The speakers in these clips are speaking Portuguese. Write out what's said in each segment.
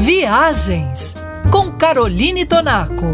Viagens com Caroline Tonaco.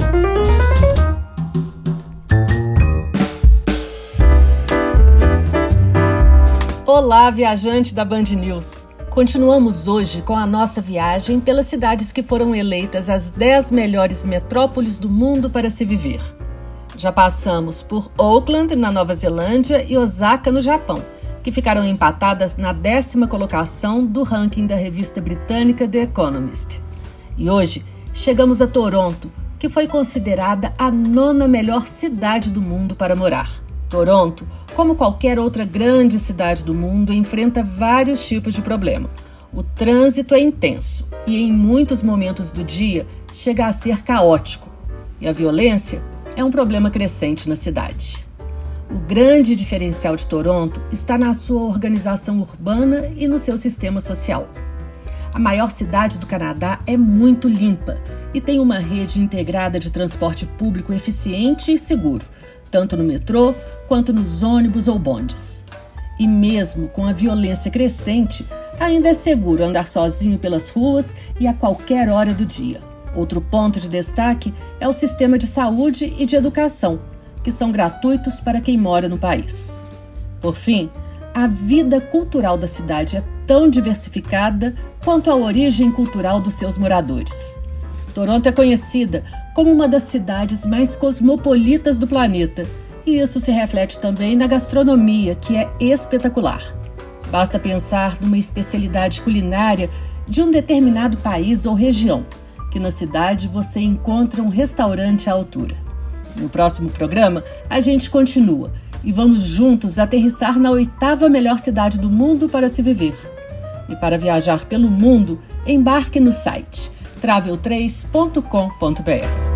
Olá, viajante da Band News! Continuamos hoje com a nossa viagem pelas cidades que foram eleitas as 10 melhores metrópoles do mundo para se viver. Já passamos por Auckland, na Nova Zelândia, e Osaka, no Japão, que ficaram empatadas na 10ª colocação do ranking da revista britânica The Economist. E hoje chegamos a Toronto, que foi considerada a 9ª melhor cidade do mundo para morar. Toronto, como qualquer outra grande cidade do mundo, enfrenta vários tipos de problema. O trânsito é intenso e, em muitos momentos do dia, chega a ser caótico. E a violência é um problema crescente na cidade. O grande diferencial de Toronto está na sua organização urbana e no seu sistema social. A maior cidade do Canadá é muito limpa e tem uma rede integrada de transporte público eficiente e seguro, tanto no metrô quanto nos ônibus ou bondes. E mesmo com a violência crescente, ainda é seguro andar sozinho pelas ruas e a qualquer hora do dia. Outro ponto de destaque é o sistema de saúde e de educação, que são gratuitos para quem mora no país. Por fim, a vida cultural da cidade é tão diversificada quanto a origem cultural dos seus moradores. Toronto é conhecida como uma das cidades mais cosmopolitas do planeta, e isso se reflete também na gastronomia, que é espetacular. Basta pensar numa especialidade culinária de um determinado país ou região, que na cidade você encontra um restaurante à altura. No próximo programa, a gente continua e vamos juntos aterrissar na 8ª melhor cidade do mundo para se viver. E para viajar pelo mundo, embarque no site travel3.com.br.